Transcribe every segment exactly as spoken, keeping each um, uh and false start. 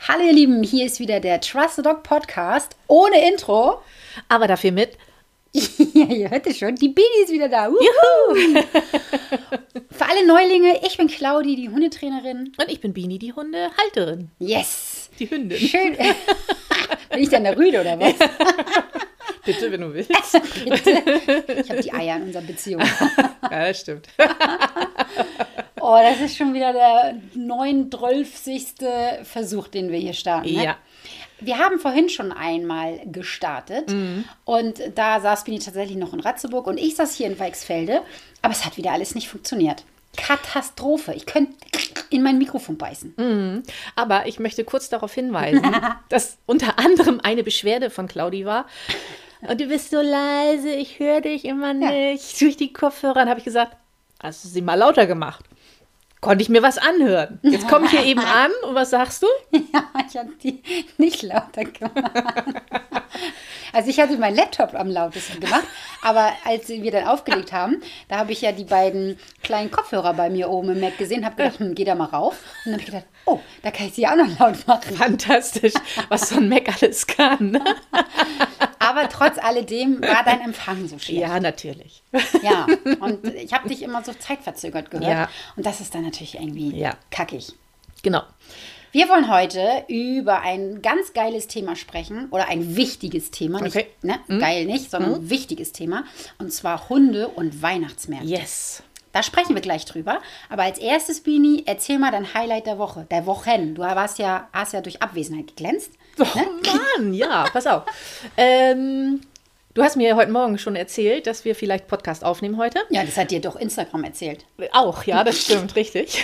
Hallo ihr Lieben, hier ist wieder der Trust the Dog Podcast ohne Intro. Aber dafür mit. Ja, ihr hört es schon, die Bini ist wieder da. Juhu. Für alle Neulinge, ich bin Claudi, die Hundetrainerin. Und ich bin Bini, die Hundehalterin. Yes. Die Hündin. Schön. Bin ich denn der Rüde oder was? Bitte, wenn du willst. Bitte. Ich habe die Eier in unserer Beziehung. Ja, das stimmt. Oh, das ist schon wieder der neunundzwölfzigste Versuch, den wir hier starten. Ne? Ja. Wir haben vorhin schon einmal gestartet mhm. und da saß Bini tatsächlich noch in Ratzeburg und ich saß hier in Weichsfelde, aber es hat wieder alles nicht funktioniert. Katastrophe. Ich könnte in mein Mikrofon beißen. Mhm. Aber ich möchte kurz darauf hinweisen, dass unter anderem eine Beschwerde von Claudi war. Und du bist so leise, ich höre dich immer nicht. Ja. Durch die Kopfhörer. Dann habe ich gesagt, hast du sie mal lauter gemacht? Konnte ich mir was anhören. Jetzt komme ich hier eben an und was sagst du? Ja, ich habe die nicht lauter gemacht. Also ich hatte meinen Laptop am lautesten gemacht, aber als wir dann aufgelegt haben, da habe ich ja die beiden kleinen Kopfhörer bei mir oben im Mac gesehen, habe gedacht, hm, geh da mal rauf. Und dann habe ich gedacht, oh, da kann ich sie auch noch laut machen. Fantastisch, was so ein Mac alles kann. Aber trotz alledem war dein Empfang so schlecht. Ja, natürlich. Ja, und ich habe dich immer so zeitverzögert gehört. Ja. Und das ist dann natürlich irgendwie ja. kackig. Genau. Wir wollen heute über ein ganz geiles Thema sprechen oder ein wichtiges Thema. Nicht, okay. ne, mhm. geil nicht, sondern mhm. wichtiges Thema. Und zwar Hunde und Weihnachtsmärkte. Yes. Da sprechen wir gleich drüber. Aber als erstes, Bini, erzähl mal dein Highlight der Woche, der Wochen. Du warst ja, hast ja durch Abwesenheit geglänzt. Oh ne? Mann, ja, pass auf. ähm, du hast mir heute Morgen schon erzählt, dass wir vielleicht Podcast aufnehmen heute. Ja, das hat dir doch Instagram erzählt. Auch, ja, das stimmt, richtig.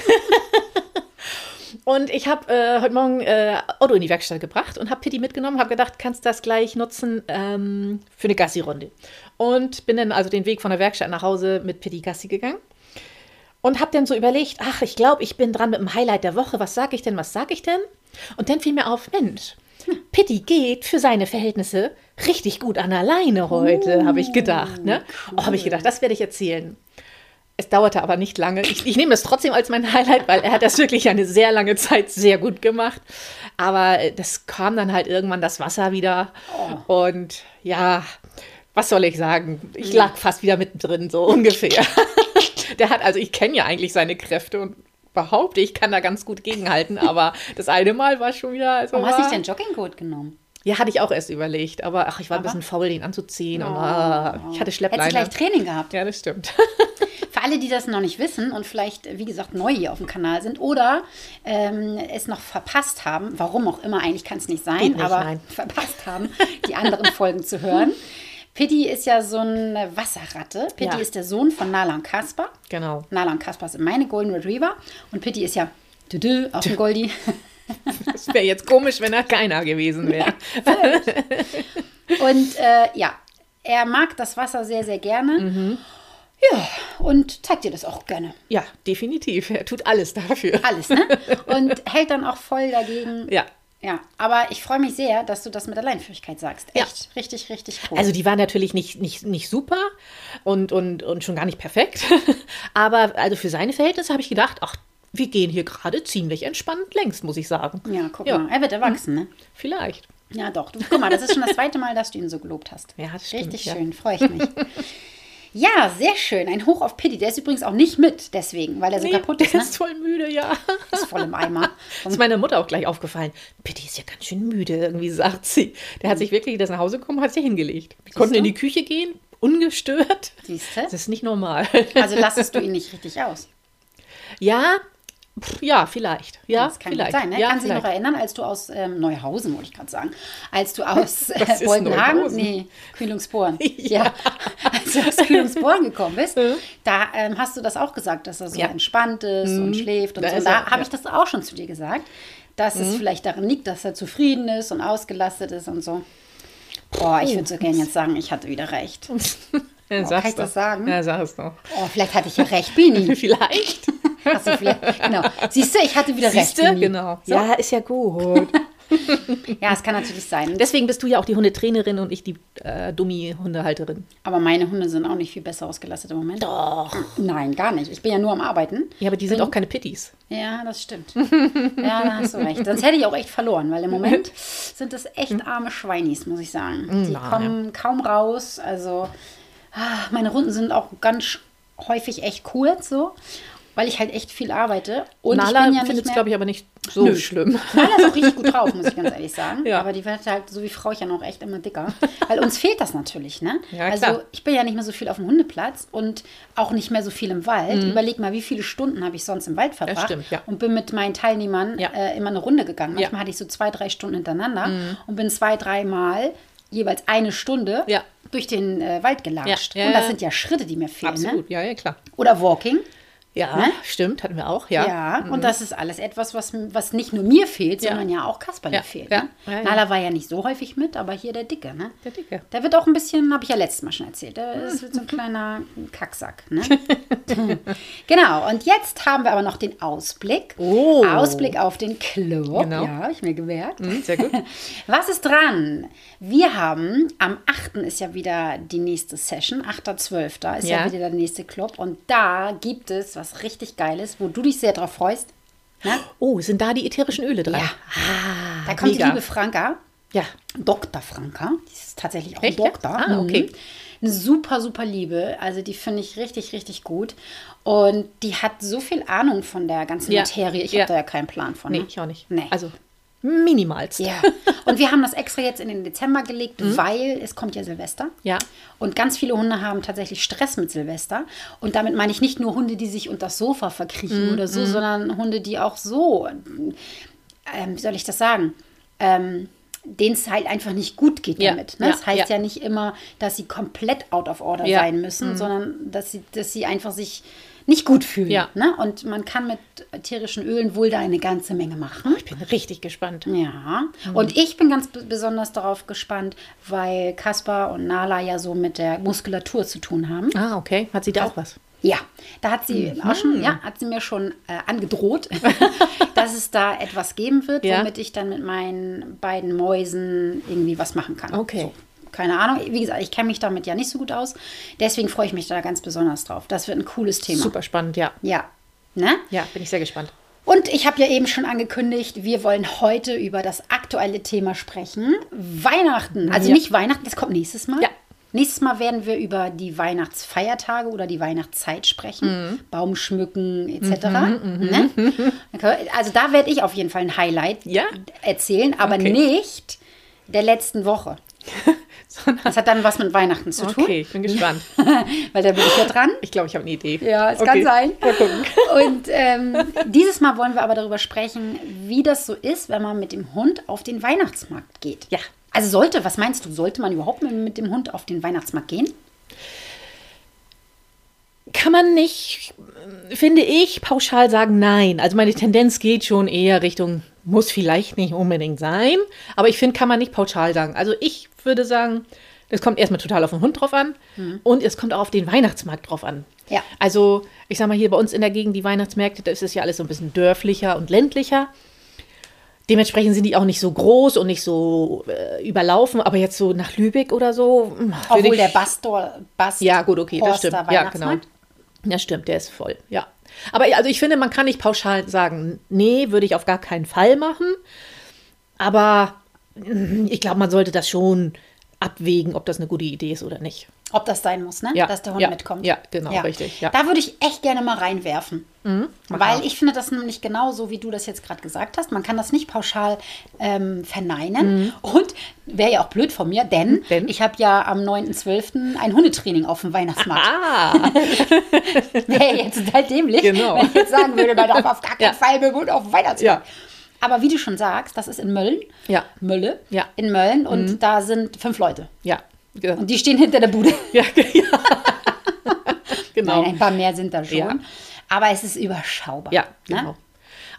Und ich habe äh, heute Morgen äh, Otto in die Werkstatt gebracht und habe Pitti mitgenommen, habe gedacht, kannst das gleich nutzen ähm, für eine Gassi-Runde. Und bin dann also den Weg von der Werkstatt nach Hause mit Pitti Gassi gegangen. Und habe dann so überlegt, ach, ich glaube, ich bin dran mit dem Highlight der Woche. Was sage ich denn, was sage ich denn? Und dann fiel mir auf, Mensch, Pitti geht für seine Verhältnisse richtig gut an alleine heute, uh, habe ich gedacht. Ne? Cool. Oh, habe ich gedacht, das werde ich erzählen. Es dauerte aber nicht lange. Ich, ich nehme das trotzdem als mein Highlight, weil er hat das wirklich eine sehr lange Zeit sehr gut gemacht. Aber das kam dann halt irgendwann das Wasser wieder. Oh. Und ja, was soll ich sagen? Ich lag fast wieder mittendrin, so ungefähr. Der hat, also ich kenne ja eigentlich seine Kräfte und behaupte, ich kann da ganz gut gegenhalten. Aber das eine Mal war schon wieder... Also Warum hast du dich denn Joggingcoat genommen? Ja, hatte ich auch erst überlegt. Aber ach, ich war aber? ein bisschen faul, den anzuziehen. Oh. Und ah, ich hatte Schleppleine. Hättest du gleich Training gehabt? Ja, das stimmt. Für alle, die das noch nicht wissen und vielleicht, wie gesagt, neu hier auf dem Kanal sind oder ähm, es noch verpasst haben, warum auch immer, eigentlich kann es nicht sein, nicht, aber nein. verpasst haben, die anderen Folgen zu hören. Pitti ist ja so eine Wasserratte. Pitti ja. ist der Sohn von Nala und Kaspar. Genau. Nala und Kaspar sind meine Golden Retriever und Pitti ist ja dü-dü, auch ein Goldie. Das wäre jetzt komisch, wenn er keiner gewesen wäre. Ja, und äh, ja, er mag das Wasser sehr, sehr gerne. Mhm. Ja, und zeigt dir das auch gerne. Ja, definitiv. Er tut alles dafür. Alles, ne? Und hält dann auch voll dagegen. Ja. Ja, aber ich freue mich sehr, dass du das mit der Leinenführigkeit sagst. Echt, ja. richtig, richtig cool. Also die war natürlich nicht, nicht, nicht super und, und, und schon gar nicht perfekt. Aber also für seine Verhältnisse habe ich gedacht, ach, wir gehen hier gerade ziemlich entspannt längst, muss ich sagen. Ja, guck ja. mal, er wird erwachsen, ne? Vielleicht. Ja, doch. Du, guck mal, das ist schon das zweite Mal, dass du ihn so gelobt hast. Ja, das stimmt. Richtig ja. schön, freue ich mich. Ja, sehr schön. Ein Hoch auf Pitti. Der ist übrigens auch nicht mit, deswegen, weil er so nee, kaputt ist. Der ne? ist voll müde, ja. Ist voll im Eimer. Das ist meiner Mutter auch gleich aufgefallen. Pitti ist ja ganz schön müde, irgendwie sagt sie. Der hat sich wirklich, das nach Hause gekommen, hat sich hingelegt. Wir konnten du? in die Küche gehen, ungestört. Siehst du? Das ist nicht normal. Also lassest du ihn nicht richtig aus? Ja, pff, ja, vielleicht. Ja, das kann vielleicht. sein. Ne? Ja, kann sich noch erinnern, als du aus ähm, Neuhausen, wollte ich gerade sagen, als du aus äh, Boltenhagen, nee, Kühlungsborn, ja. ja, als du aus Kühlungsborn gekommen bist, mhm. da ähm, hast du das auch gesagt, dass er so ja. entspannt ist mhm. und schläft und da so. Und da habe ja. ich das auch schon zu dir gesagt, dass mhm. es vielleicht daran liegt, dass er zufrieden ist und ausgelastet ist und so. Boah, ich würde so gerne jetzt sagen, ich hatte wieder recht. Ja, oh, kann ich das sagen? Ja, sag es doch. Oh, vielleicht hatte ich ja recht, Bini. Vielleicht. Hast du vielleicht, genau. Siehst du, ich hatte wieder Siehst recht, du? Genau. So. Ja, ist ja gut. Ja, es kann natürlich sein. Deswegen bist du ja auch die Hundetrainerin und ich die äh, Dummi-Hundehalterin. Aber meine Hunde sind auch nicht viel besser ausgelastet im Moment. Doch. Nein, gar nicht. Ich bin ja nur am Arbeiten. Ja, aber die sind bin, auch keine Pitties. Ja, das stimmt. Ja, da hast du recht. Sonst hätte ich auch echt verloren, weil im Moment sind das echt arme Schweinis, muss ich sagen. Die Na, kommen ja. kaum raus. Also ah, meine Runden sind auch ganz häufig echt kurz so. Weil ich halt echt viel arbeite. Und Nala ich bin ja findet es, mehr... glaube ich, aber nicht so Nö. schlimm. Nala ist auch richtig gut drauf, muss ich ganz ehrlich sagen. Ja. Aber die wird halt, so wie Frauchen, auch echt immer dicker. Weil uns fehlt das natürlich, ne? Ja, also klar. ich bin ja nicht mehr so viel auf dem Hundeplatz und auch nicht mehr so viel im Wald. Mhm. Überleg mal, wie viele Stunden habe ich sonst im Wald verbracht. Das stimmt, ja. Und bin mit meinen Teilnehmern ja. äh, immer eine Runde gegangen. Manchmal ja. hatte ich so zwei, drei Stunden hintereinander mhm. und bin zwei, dreimal jeweils eine Stunde ja. durch den äh, Wald gelatscht. Ja. Ja, und das sind ja Schritte, die mir fehlen. Absolut, ne? ja, ja, klar. Oder Walking. Ja, ne? Stimmt, hatten wir auch, ja. Ja, mhm. und das ist alles etwas, was, was nicht nur mir fehlt, ja. sondern ja auch Kasperle ja. fehlt. Ja. Ne? Ja, ja. Nala war ja nicht so häufig mit, aber hier der Dicke, ne? Der Dicke. Der wird auch ein bisschen, habe ich ja letztes Mal schon erzählt, der ist so ein kleiner Kacksack, ne? Genau, und jetzt haben wir aber noch den Ausblick. Oh. Ausblick auf den Club. Genau. Ja, habe ich mir gemerkt. Mhm, sehr gut. Was ist dran? Wir haben, am achten ist ja wieder die nächste Session, achter zwölfter ist ja. ja wieder der nächste Club. Und da gibt es was richtig Geiles, wo du dich sehr drauf freust. Ne? Oh, sind da die ätherischen Öle dran? Ja. Ah, da kommt mega. die liebe Franka. Ja. Doktor Franka. Die ist tatsächlich auch Echt? Doktor. Ah, okay. Mhm. Eine super, super Liebe. Also die finde ich richtig, richtig gut. Und die hat so viel Ahnung von der ganzen Ja. Materie. Ich Ja. habe da ja keinen Plan von. Nee, Ne? ich auch nicht. Nee. Also minimalst. Ja. Und wir haben das extra jetzt in den Dezember gelegt, mhm. weil es kommt ja Silvester. Ja. Und ganz viele Hunde haben tatsächlich Stress mit Silvester. Und damit meine ich nicht nur Hunde, die sich unter das Sofa verkriechen mhm. oder so, sondern Hunde, die auch so, ähm, wie soll ich das sagen, ähm, denen es halt einfach nicht gut geht ja. damit. Ne? Ja. Das heißt ja. ja nicht immer, dass sie komplett out of order ja. sein müssen, mhm. sondern dass sie, dass sie einfach sich nicht gut fühlen. Ja. Ne? Und man kann mit ätherischen Ölen wohl da eine ganze Menge machen. Ich bin richtig gespannt. Ja, mhm. und ich bin ganz b- besonders darauf gespannt, weil Kaspar und Nala ja so mit der Muskulatur zu tun haben. Ah, okay. Hat sie da auch was? Ja, da hat sie Mhm. auch schon, ja, hat sie mir schon äh, angedroht, dass es da etwas geben wird, Ja. womit ich dann mit meinen beiden Mäusen irgendwie was machen kann. Okay. So. Keine Ahnung. Wie gesagt, ich kenne mich damit ja nicht so gut aus. Deswegen freue ich mich da ganz besonders drauf. Das wird ein cooles Thema. Super spannend, ja. Ja. Ne? Ja, bin ich sehr gespannt. Und ich habe ja eben schon angekündigt, wir wollen heute über das aktuelle Thema sprechen. Weihnachten. Also Ja. nicht Weihnachten, das kommt nächstes Mal. Ja. Nächstes Mal werden wir über die Weihnachtsfeiertage oder die Weihnachtszeit sprechen. Mhm. Baum schmücken et cetera. Ne? Also da werde ich auf jeden Fall ein Highlight Ja. erzählen, aber Okay. nicht der letzten Woche. Das hat dann was mit Weihnachten zu tun. Okay, ich bin gespannt. Weil da bin ich ja dran. Ich glaube, ich habe eine Idee. Ja, es Okay. kann sein. Mal gucken. Und ähm, dieses Mal wollen wir aber darüber sprechen, wie das so ist, wenn man mit dem Hund auf den Weihnachtsmarkt geht. Ja. Also sollte, was meinst du, sollte man überhaupt mit, mit dem Hund auf den Weihnachtsmarkt gehen? Kann man nicht, finde ich, pauschal sagen, nein. Also meine Tendenz geht schon eher Richtung, muss vielleicht nicht unbedingt sein. Aber ich finde, kann man nicht pauschal sagen. Also ich würde sagen, das kommt erstmal total auf den Hund drauf an. Mhm. Und es kommt auch auf den Weihnachtsmarkt drauf an. Ja. Also ich sag mal, hier bei uns in der Gegend, die Weihnachtsmärkte, da ist es ja alles so ein bisschen dörflicher und ländlicher. Dementsprechend sind die auch nicht so groß und nicht so äh, überlaufen, aber jetzt so nach Lübeck oder so. Obwohl der Bastor, Bast Ja, gut, okay, das stimmt. Ja, genau. Weihnachtsmarkt. Ja, stimmt, der ist voll, ja. Aber also ich finde, man kann nicht pauschal sagen, nee, würde ich auf gar keinen Fall machen. Aber mm, ich glaube, man sollte das schon abwägen, ob das eine gute Idee ist oder nicht. Ob das sein muss, ne? Ja, Dass der Hund ja, mitkommt. ja, genau, richtig, ja. Da würde ich echt gerne mal reinwerfen. Mhm, mach Weil mal. ich finde das nämlich genau so, wie du das jetzt gerade gesagt hast. Man kann das nicht pauschal ähm, verneinen. Mhm. Und wäre ja auch blöd von mir, denn, Denn? ich habe ja am neunten zwölften ein Hundetraining auf dem Weihnachtsmarkt. Ah, Wäre jetzt total dämlich, Genau. wenn ich jetzt sagen würde, man darf auf gar keinen Ja. Fall mit dem Hund auf dem Weihnachtsmarkt. Ja. Aber wie du schon sagst, das ist in Mölln. Ja. Mölle. Ja. In Mölln. Und da sind fünf Leute. ja. Ja, Und die stehen hinter der Bude. ja, ja. Genau. Nein, ein paar mehr sind da schon. Ja. Aber es ist überschaubar. Ja, ne? genau.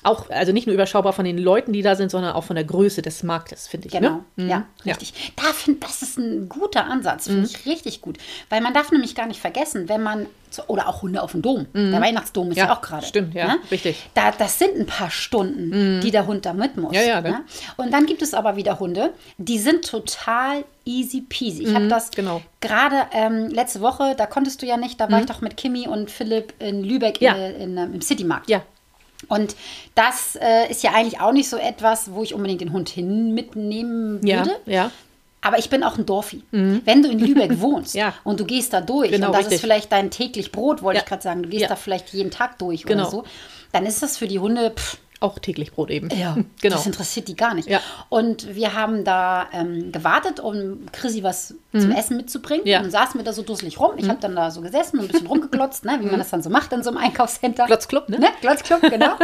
Auch, also nicht nur überschaubar von den Leuten, die da sind, sondern auch von der Größe des Marktes, finde ich. Genau, ne? ja, richtig. Ja. Da find, das ist ein guter Ansatz, finde mhm. ich richtig gut. Weil man darf nämlich gar nicht vergessen, wenn man, oder auch Hunde auf dem Dom, mhm. der Weihnachtsdom ist ja, ja auch gerade. Stimmt, ja, ne? Richtig. Da, das sind ein paar Stunden, mhm. die der Hund da mit muss. Ja, ja, ne? Ne? Und dann gibt es aber wieder Hunde, die sind total easy peasy. Ich mhm, habe das genau. gerade ähm, letzte Woche, da konntest du ja nicht, da war mhm. ich doch mit Kimi und Philipp in Lübeck ja. in, in, in, im Citymarkt. Ja. Und das äh, ist ja eigentlich auch nicht so etwas, wo ich unbedingt den Hund hin mitnehmen würde. Ja, ja. Aber ich bin auch ein Dorfi. Mhm. Wenn du in Lübeck wohnst ja. und du gehst da durch genau, und das richtig. ist vielleicht dein täglich Brot, wollte ja. ich gerade sagen, du gehst ja. da vielleicht jeden Tag durch genau. oder so, dann ist das für die Hunde pff, auch täglich Brot eben. Ja, genau. Das interessiert die gar nicht. Ja. Und wir haben da ähm, gewartet, um Chrissy was mhm. zum Essen mitzubringen. Ja. Und saßen wir da so dusselig rum. Ich mhm. habe dann da so gesessen und ein bisschen rumgeglotzt, ne, wie man das dann so macht in so einem Einkaufscenter. Glotzclub, ne? ne? Glotzclub, genau.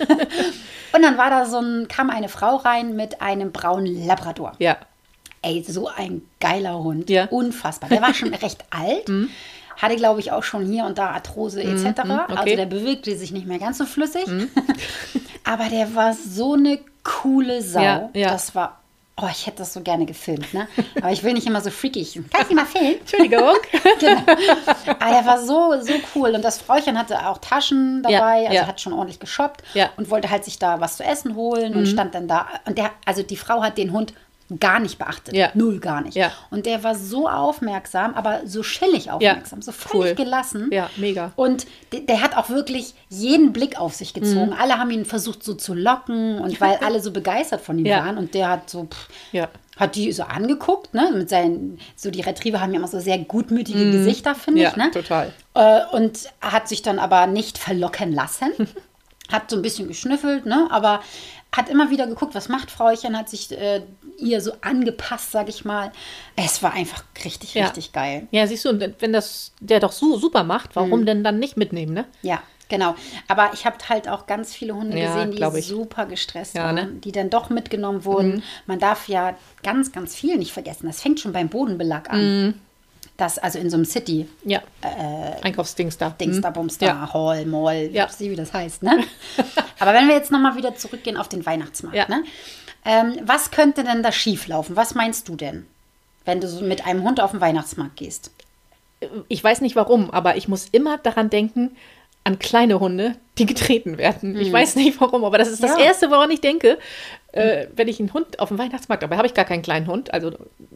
Und dann war da so ein, kam eine Frau rein mit einem braunen Labrador. Ja. Ey, so ein geiler Hund. Ja. Unfassbar. Der war schon recht alt. Mhm. Hatte, glaube ich, auch schon hier und da Arthrose et cetera. Mm, okay. Also der bewegte sich nicht mehr ganz so flüssig. Mm. Aber der war so eine coole Sau. Ja, ja. Das war, oh, ich hätte das so gerne gefilmt, ne? Aber ich will nicht immer so freakig. Kann ich die mal filmen? Entschuldigung. Genau. Aber der war so, so cool. Und das Frauchen hatte auch Taschen dabei. Ja, also ja. hat schon ordentlich geshoppt. Ja. Und wollte halt sich da was zu essen holen. Mm. Und stand dann da. Und der, also die Frau hat den Hund gar nicht beachtet. Ja. Null gar nicht. Ja. Und der war so aufmerksam, aber so chillig aufmerksam, ja. so völlig cool. gelassen. Ja, mega. Und der, der hat auch wirklich jeden Blick auf sich gezogen. Mhm. Alle haben ihn versucht so zu locken und weil alle so begeistert von ihm ja. waren und der hat so, pff, ja. hat die so angeguckt, ne? Mit seinen, so die Retriever haben ja immer so sehr gutmütige mhm. Gesichter, finde ja, ich, ne? total. Äh, und hat sich dann aber nicht verlocken lassen. Hat so ein bisschen geschnüffelt, ne? Aber hat immer wieder geguckt, was macht Frauchen, hat sich äh, ihr so angepasst, sag ich mal. Es war einfach richtig, ja. richtig geil. Ja, siehst du, wenn das der doch so super macht, warum mhm. denn dann nicht mitnehmen, ne? Ja, genau. Aber ich habe halt auch ganz viele Hunde ja, gesehen, die ich. super gestresst ja, waren, ne? die dann doch mitgenommen wurden. Mhm. Man darf ja ganz, ganz viel nicht vergessen. Das fängt schon beim Bodenbelag an. Mhm. Das, also in so einem City. Ja. Äh, Einkaufsdings da. Dings da, Bums da, ja. Hall, Mall, ja. ich weiß nicht, wie das heißt, ne? Aber wenn wir jetzt nochmal wieder zurückgehen auf den Weihnachtsmarkt, ja. ne? Ähm, was könnte denn da schieflaufen? Was meinst du denn, wenn du so mit einem Hund auf den Weihnachtsmarkt gehst? Ich weiß nicht warum, aber ich muss immer daran denken, an kleine Hunde, die getreten werden. Mhm. Ich weiß nicht warum, aber das ist das ja. Erste, woran ich denke, äh, wenn ich einen Hund auf dem Weihnachtsmarkt, dabei habe ich gar keinen kleinen Hund, also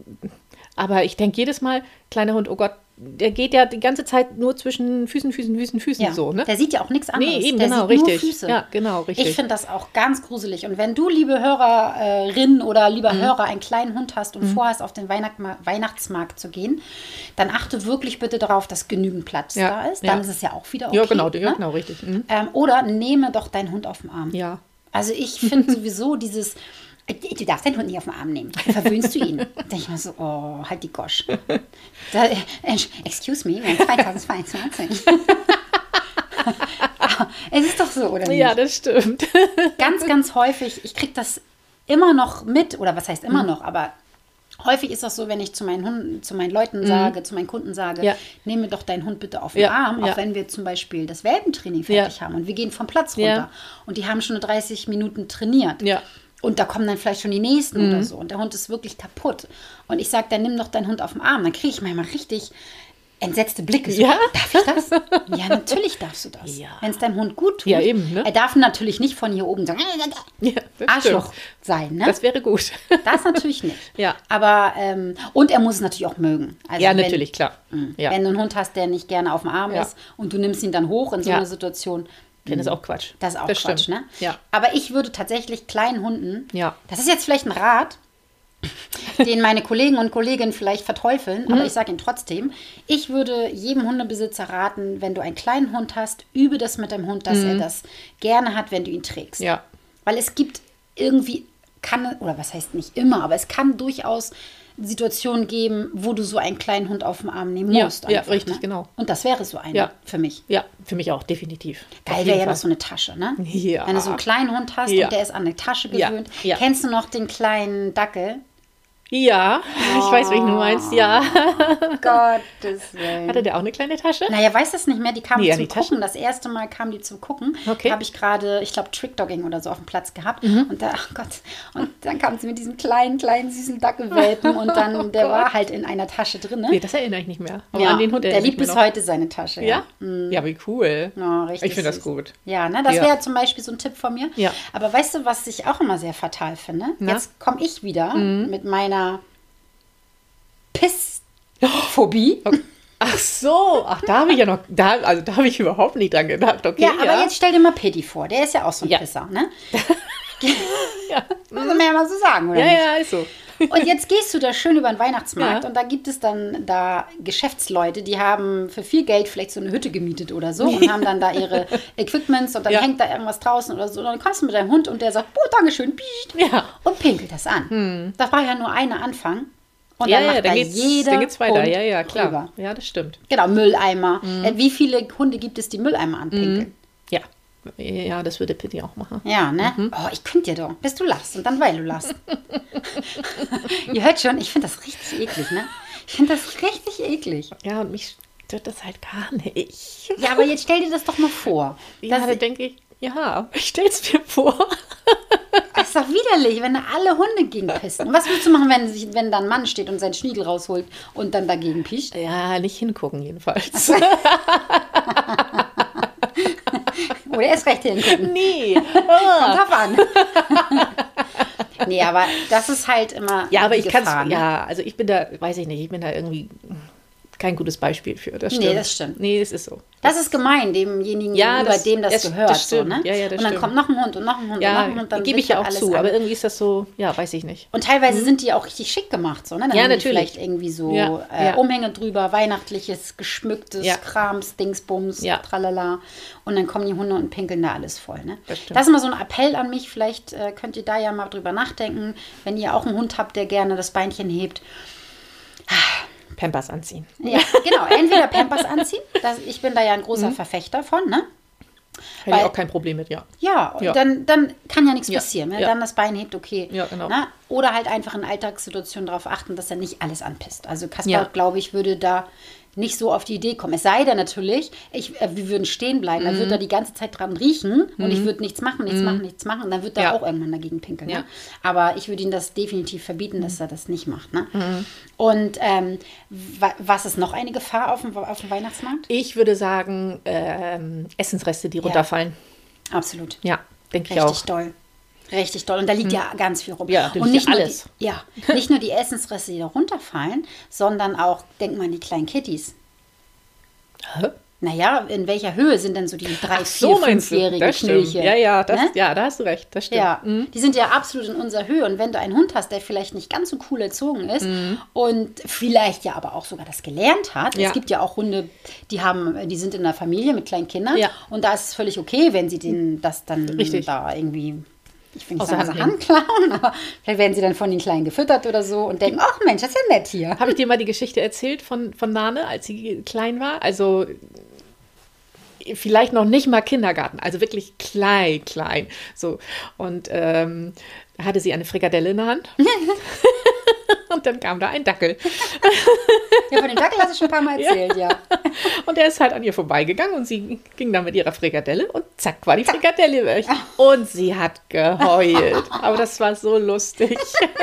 aber ich denke jedes Mal, kleiner Hund, oh Gott, der geht ja die ganze Zeit nur zwischen Füßen, Füßen, Füßen, Füßen ja, so, ne? Der sieht ja auch nichts anderes. Nee, eben, der genau, sieht richtig. Nur Füße. Ja, genau, richtig. Ich finde das auch ganz gruselig. Und wenn du, liebe Hörerin oder lieber mhm. Hörer, einen kleinen Hund hast und mhm. vorhast, auf den Weihnachtsmarkt, Weihnachtsmarkt zu gehen, dann achte wirklich bitte darauf, dass genügend Platz ja, da ist. Dann ja. ist es ja auch wieder okay. Ja, genau, ne? ja, genau richtig. Mhm. Ähm, oder nehme doch deinen Hund auf den Arm. Ja. Also ich finde sowieso dieses... Du darfst deinen Hund nicht auf den Arm nehmen. Dann verwöhnst du ihn. Da denke ich mir so, oh, halt die Gosch. Da, äh, excuse me, wir haben zweitausendzweiundzwanzig. Es ist doch so, oder nicht? Ja, das stimmt. Ganz, ganz häufig, ich kriege das immer noch mit, oder was heißt immer mhm. noch, aber häufig ist das so, wenn ich zu meinen Hunden, zu meinen Leuten mhm. sage, zu meinen Kunden sage, ja. nehme doch deinen Hund bitte auf den ja. Arm, auch ja. wenn wir zum Beispiel das Welpentraining fertig ja. haben und wir gehen vom Platz runter ja. und die haben schon nur dreißig Minuten trainiert. Ja. Und da kommen dann vielleicht schon die Nächsten mhm. oder so. Und der Hund ist wirklich kaputt. Und ich sage, dann nimm doch deinen Hund auf den Arm. Dann kriege ich manchmal richtig entsetzte Blicke. So, ja? Darf ich das? Ja, natürlich darfst du das. Ja. Wenn es deinem Hund gut tut. Ja, eben, ne? Er darf natürlich nicht von hier oben sagen, ja, Arschloch sein. Ne? Das wäre gut. Das natürlich nicht. Ja. Aber, ähm, und er muss es natürlich auch mögen. Also ja, wenn, natürlich, klar. Ja. Wenn du einen Hund hast, der nicht gerne auf dem Arm ja. ist und du nimmst ihn dann hoch in so ja. einer Situation, dann ist auch Quatsch. Das ist auch das Quatsch, stimmt. ne? Ja. Aber ich würde tatsächlich kleinen Hunden, ja. das ist jetzt vielleicht ein Rat, den meine Kollegen und Kolleginnen vielleicht verteufeln, mhm. aber ich sage ihn trotzdem, ich würde jedem Hundebesitzer raten, wenn du einen kleinen Hund hast, übe das mit dem Hund, dass mhm. er das gerne hat, wenn du ihn trägst. Ja. Weil es gibt irgendwie, kann, oder was heißt nicht immer, aber es kann durchaus Situationen geben, wo du so einen kleinen Hund auf den Arm nehmen musst. Ja, einfach, ja richtig, ne? genau. Und das wäre so eine ja. für mich. Ja, für mich auch, definitiv. Geil wäre ja noch so eine Tasche, ne? Ja. Wenn du so einen kleinen Hund hast ja. und der ist an eine Tasche gewöhnt. Ja. Ja. Kennst du noch den kleinen Dackel? Ja, oh. ich weiß, welchen du meinst, ja. Gottes Willen. Hatte der auch eine kleine Tasche? Naja, weiß das nicht mehr. Die kam nee, zum die Gucken. Das erste Mal kam die zum Gucken. Okay. Da habe ich gerade, ich glaube, Trickdogging oder so auf dem Platz gehabt. Mhm. Und da, ach Gott, und dann kam sie mit diesem kleinen, kleinen, süßen Dackelwelpen und dann, oh der Gott. war halt in einer Tasche drin. Ne? Nee, das erinnere ich nicht mehr. Aber ja, an den Hund der liebt bis noch. heute seine Tasche. Ja? Ja, mhm. ja wie cool. Oh, richtig ich finde das gut. Ja, ne, das ja. wäre zum Beispiel so ein Tipp von mir. Ja. Aber weißt du, was ich auch immer sehr fatal finde? Na? Jetzt komme ich wieder mhm. mit meiner Pissphobie. Okay. Ach so, ach, da habe ich ja noch, da, also da habe ich überhaupt nicht dran gedacht. Okay, ja, aber ja. jetzt stell dir mal Pitti vor, der ist ja auch so ein ja. Pisser, ne? ja. Muss man ja mal so sagen, oder Ja, nicht? ja, ist so. Und jetzt gehst du da schön über den Weihnachtsmarkt Ja. und da gibt es dann da Geschäftsleute, die haben für viel Geld vielleicht so eine Hütte gemietet oder so und haben dann da ihre Equipments und dann Ja. hängt da irgendwas draußen oder so. Und dann kommst du mit deinem Hund und der sagt, oh, Dankeschön, piest, Ja. und pinkelt das an. Hm. Das war ja nur eine Anfang. Und Ja, dann ja, macht dann da geht's, jeder dann geht's weiter. Hund Ja, ja, klar. drüber. Ja, das stimmt. Genau, Mülleimer. Äh, Wie viele Hunde gibt es, die Mülleimer anpinkeln? Ja. Ja, das würde Pitti auch machen. Ja, ne? Mhm. Oh, ich könnte dir doch, bis du lachst und dann weil du lachst. Ihr hört schon, ich finde das richtig eklig, ne? Ich finde das richtig eklig. Ja, und mich stört das halt gar nicht. Ja, aber jetzt stell dir das doch mal vor. Ja, Das da denke ich, ja, ich stell's mir vor. ist doch widerlich, wenn da alle Hunde gegen pissen. Und was willst du machen, wenn, sich, wenn da ein Mann steht und seinen Schniedel rausholt und dann dagegen pischt? Ja, nicht hingucken jedenfalls. Oder erst recht hingucken. Nee. Kommt drauf an. Nee, aber das ist halt immer Ja, aber die ich kann Gefahr, es, ne? ja, also ich bin da, weiß ich nicht, ich bin da irgendwie kein gutes Beispiel für. Das Nee, stimmt. das stimmt. Nee, das ist so. Das ist gemein, demjenigen Ja, gegenüber, das- dem das, das- gehört. das stimmt. So, ne? Ja, ja, das und dann stimmt. kommt noch ein Hund und noch ein Hund und noch Ja, ein Hund. Dann gebe wird ich ja da auch alles zu, an. aber irgendwie ist das so, ja, weiß ich nicht. Und teilweise sind die auch richtig schick gemacht. So, ne? Dann Ja, haben die natürlich. vielleicht irgendwie so Ja, äh, ja. Umhänge drüber, weihnachtliches, geschmücktes Ja. Krams, Dingsbums, Ja. tralala. Und dann kommen die Hunde und pinkeln da alles voll. Ne? Das stimmt. Das ist immer so ein Appell an mich. Vielleicht äh, könnt ihr da ja mal drüber nachdenken, wenn ihr auch einen Hund habt, der gerne das Beinchen hebt. Pampers anziehen. Ja, genau. Entweder Pampers anziehen. Das, ich bin da ja ein großer Verfechter von, ne? Hätte Weil- ich auch kein Problem mit, ja. Ja, und Ja. Dann, dann kann ja nichts Ja, passieren. Wenn ja. dann das Bein hebt, okay. Ja, genau. Na? Oder halt einfach in Alltagssituationen darauf achten, dass er nicht alles anpisst. Also Kaspar, Ja. glaube ich, würde da nicht so auf die Idee kommen. Es sei denn natürlich, ich, äh, wir würden stehen bleiben, Mhm. dann wird er die ganze Zeit dran riechen und ich würde nichts machen, nichts machen, nichts machen. Und dann wird er Ja. auch irgendwann dagegen pinkeln. Ja. Ne? Aber ich würde ihm das definitiv verbieten, dass er das nicht macht. Ne? Mhm. Und ähm, wa was ist noch eine Gefahr auf dem, auf dem Weihnachtsmarkt? Ich würde sagen, ähm, Essensreste, die runterfallen. Absolut. Ja, denke ich Richtig auch. doll. Richtig doll. Und da liegt ja ganz viel rum. Ja, da und liegt nicht ja nur alles. Die, ja, nicht nur die Essensreste, die da runterfallen, sondern auch, denk mal an die kleinen Kitties. Hä? Naja, in welcher Höhe sind denn so die drei, So vier, meinst du, fünfjährigen das stimmt. Knöllchen? Ja, ja, das, Ne? ja, da hast du recht, das stimmt. Ja, Mhm. die sind ja absolut in unserer Höhe. Und wenn du einen Hund hast, der vielleicht nicht ganz so cool erzogen ist Mhm. und vielleicht ja aber auch sogar das gelernt hat. Ja. Es gibt ja auch Hunde, die haben, die sind in einer Familie mit kleinen Kindern. Ja. Und da ist es völlig okay, wenn sie den, das dann Richtig. da irgendwie, ich will nicht Aus der sagen, Hand aus der Hand klauen, aber vielleicht werden sie dann von den Kleinen gefüttert oder so und denken, ach Mensch, das ist ja nett hier. Habe ich dir mal die Geschichte erzählt von, von Nane, als sie klein war? Also vielleicht noch nicht mal Kindergarten, also wirklich klein, klein. So. Und ähm, da hatte sie eine Frikadelle in der Hand. Und dann kam da ein Dackel. Ja, von dem Dackel hast du schon ein paar Mal erzählt, ja. Und der ist halt an ihr vorbeigegangen und sie ging dann mit ihrer Frikadelle und zack, war die Frikadelle weg. Und sie hat geheult. Aber das war so lustig.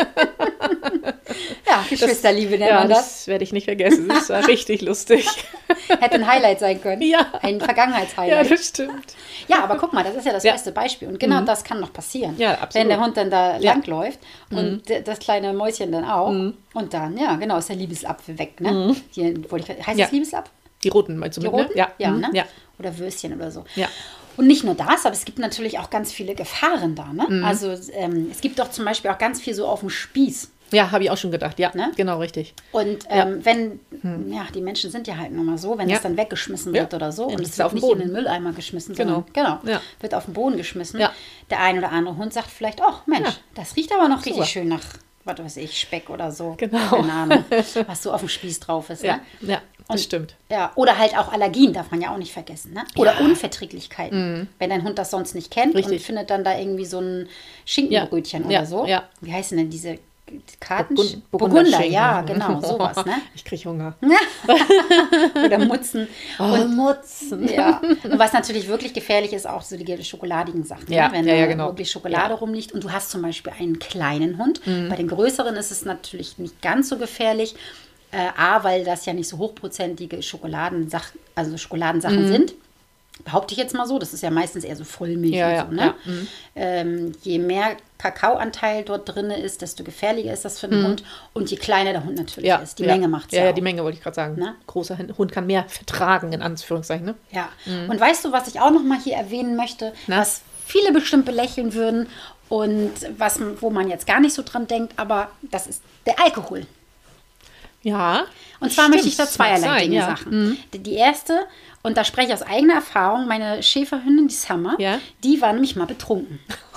Ja, Geschwisterliebe nennt Ja, man das. das werde ich nicht vergessen. Das war richtig lustig. Hätte ein Highlight sein können. Ja. Ein Ja, Vergangenheitshighlight. das stimmt. Ja, aber guck mal, das ist ja das Ja. beste Beispiel. Und genau das kann noch passieren. Ja, absolut. Wenn der Hund dann da Ja. langläuft und d- das kleine Mäuschen dann auch. Und dann, ja, genau, ist der Liebesapfel weg. Ne? Hier, wollte ich, heißt Ja. das Liebesapfel? Die roten meinst du Die mit, ne? roten? Ja. Ja, Mhm. ne? Ja. Oder Würstchen oder so. Ja. Und nicht nur das, aber es gibt natürlich auch ganz viele Gefahren da. Ne? Mhm. Also ähm, es gibt doch zum Beispiel auch ganz viel so auf dem Spieß. Ja, habe ich auch schon gedacht. Ja, Ne? genau, richtig. Und ähm, wenn, ja, die Menschen sind ja halt nun mal so, wenn Ja. es dann weggeschmissen Ja. wird oder so, Ja, und das es ist wird auf dem nicht in Boden. den Mülleimer geschmissen, Genau. sondern genau, Ja. wird auf den Boden geschmissen. Ja. Der ein oder andere Hund sagt vielleicht, oh Mensch, Ja. das riecht aber noch richtig Super. schön nach, was weiß ich, Speck oder so. Genau. Keine Ahnung, was so auf dem Spieß drauf ist. Ja, Ne? ja, das Und- stimmt. Ja, oder halt auch Allergien darf man ja auch nicht vergessen. Ne? Oder Unverträglichkeiten. Wenn dein Hund das sonst nicht kennt und Mhm. Richtig. findet dann da irgendwie so ein Schinkenbrötchen Ja. oder so. Ja. Wie heißen denn diese Karten, Burgund- Burgunder, Burgunderschinken. ja, genau, sowas, ne? Ich kriege Hunger. Oder Mutzen. Oh, Und Mutzen. Ja. Und was natürlich wirklich gefährlich ist, auch so die schokoladigen Sachen. Ja, ne? Wenn ja, ja, da genau. wirklich Schokolade Ja. rumliegt und du hast zum Beispiel einen kleinen Hund. Mhm. Bei den größeren ist es natürlich nicht ganz so gefährlich. Äh, A, weil das ja nicht so hochprozentige Schokoladensach also Schokoladensachen Mhm. sind. Behaupte ich jetzt mal so. Das ist ja meistens eher so Vollmilch Ja, und ja, so. Ne? ja. Mhm. Ähm, je mehr Kakaoanteil dort drin ist, desto gefährlicher ist das für den Hund. Und je kleiner der Hund natürlich Ja, ist. Die ja. Menge macht es ja. ja, Ja, auch. die Menge wollte ich gerade sagen. Ne? Großer Hund kann mehr vertragen, in Anführungszeichen. Ne? Ja, und weißt du, was ich auch noch mal hier erwähnen möchte, Na? was viele bestimmt belächeln würden und was, wo man jetzt gar nicht so dran denkt, aber das ist der Alkohol. Ja. Und zwar stimmt, möchte ich da das mag zweierlei sein, Dinge ja. sagen. Mhm. Die- Die erste, und da spreche ich aus eigener Erfahrung, meine Schäferhündin, die Summer, Ja. die war nämlich mal betrunken.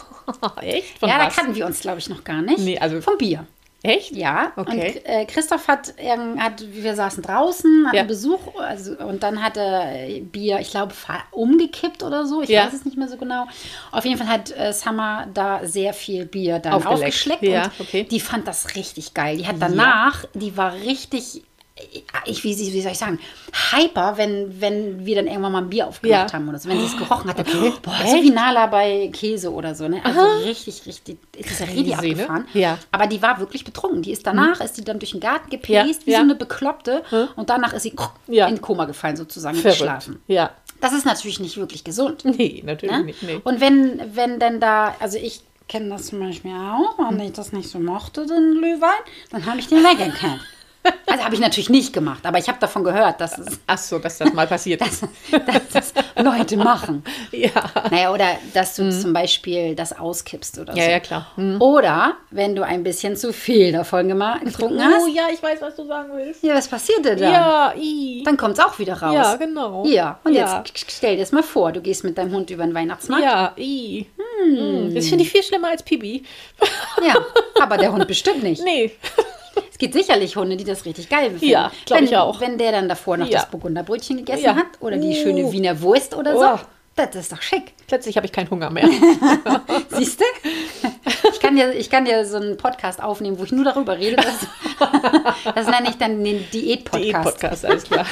Echt? Von ja, was? da kannten wir uns, glaube ich, noch gar nicht. Nee, also- Vom Bier. Echt? Ja, Okay. und äh, Christoph hat, irgend- hat, wir saßen draußen, hatten Ja. Besuch, also, und dann hat er äh, Bier, ich glaube, fa- umgekippt oder so, ich Ja. weiß es nicht mehr so genau. Auf jeden Fall hat äh, Summer da sehr viel Bier dann Aufgeleckt. aufgeschleckt Ja, und okay. die fand das richtig geil. Die hat danach, die war richtig, ich, wie, wie soll ich sagen, hyper, wenn, wenn wir dann irgendwann mal ein Bier aufgemacht Ja. haben oder so, wenn sie es gerochen hatte. Okay. Boah, Echt? so wie Nala bei Käse oder so, ne? Also Aha. richtig, richtig, ist das ja richtig Crazy, ne? abgefahren. Ja. Aber die war wirklich betrunken. Die ist danach, ist die dann durch den Garten gepäst, Ja, wie ja. so eine Bekloppte. Hm. Und danach ist sie Ja. in Koma gefallen sozusagen, Verrückt. geschlafen. Ja. Das ist natürlich nicht wirklich gesund. Nee, natürlich Ne? nicht. Nee. Und wenn, wenn denn da, also ich kenne das zum Beispiel auch, wenn ich das nicht so mochte, den Glühwein, dann habe ich den weggekippt. Also habe ich natürlich nicht gemacht, aber ich habe davon gehört, dass, es, Ach so, dass das mal passiert dass, dass das Leute machen. Ja. Naja, oder dass du zum Beispiel das auskippst oder Ja, so. ja, klar. Hm. Oder wenn du ein bisschen zu viel davon gema- getrunken hast. Oh ja, ich weiß, was du sagen willst. Ja, was passiert denn dann? Ja, i. Dann kommt es auch wieder raus. Ja, genau. Ja, und Ja. jetzt stell dir das mal vor, du gehst mit deinem Hund über den Weihnachtsmarkt. Ja, i. Hm. Das finde ich viel schlimmer als Pipi. Ja, aber der Hund bestimmt nicht. Nee. Es gibt sicherlich Hunde, die das richtig geil finden. Ja, glaub Wenn- ich auch. Wenn der dann davor noch Ja. das Burgunderbrötchen gegessen Ja. hat oder die Uh. schöne Wiener Wurst oder so. Oh. Das ist doch schick. Plötzlich habe ich keinen Hunger mehr. Siehst du? Ich kann dir, ich kann dir so einen Podcast aufnehmen, wo ich nur darüber rede. Das, das nenne ich dann den Diät-Podcast. Diät-Podcast, alles klar.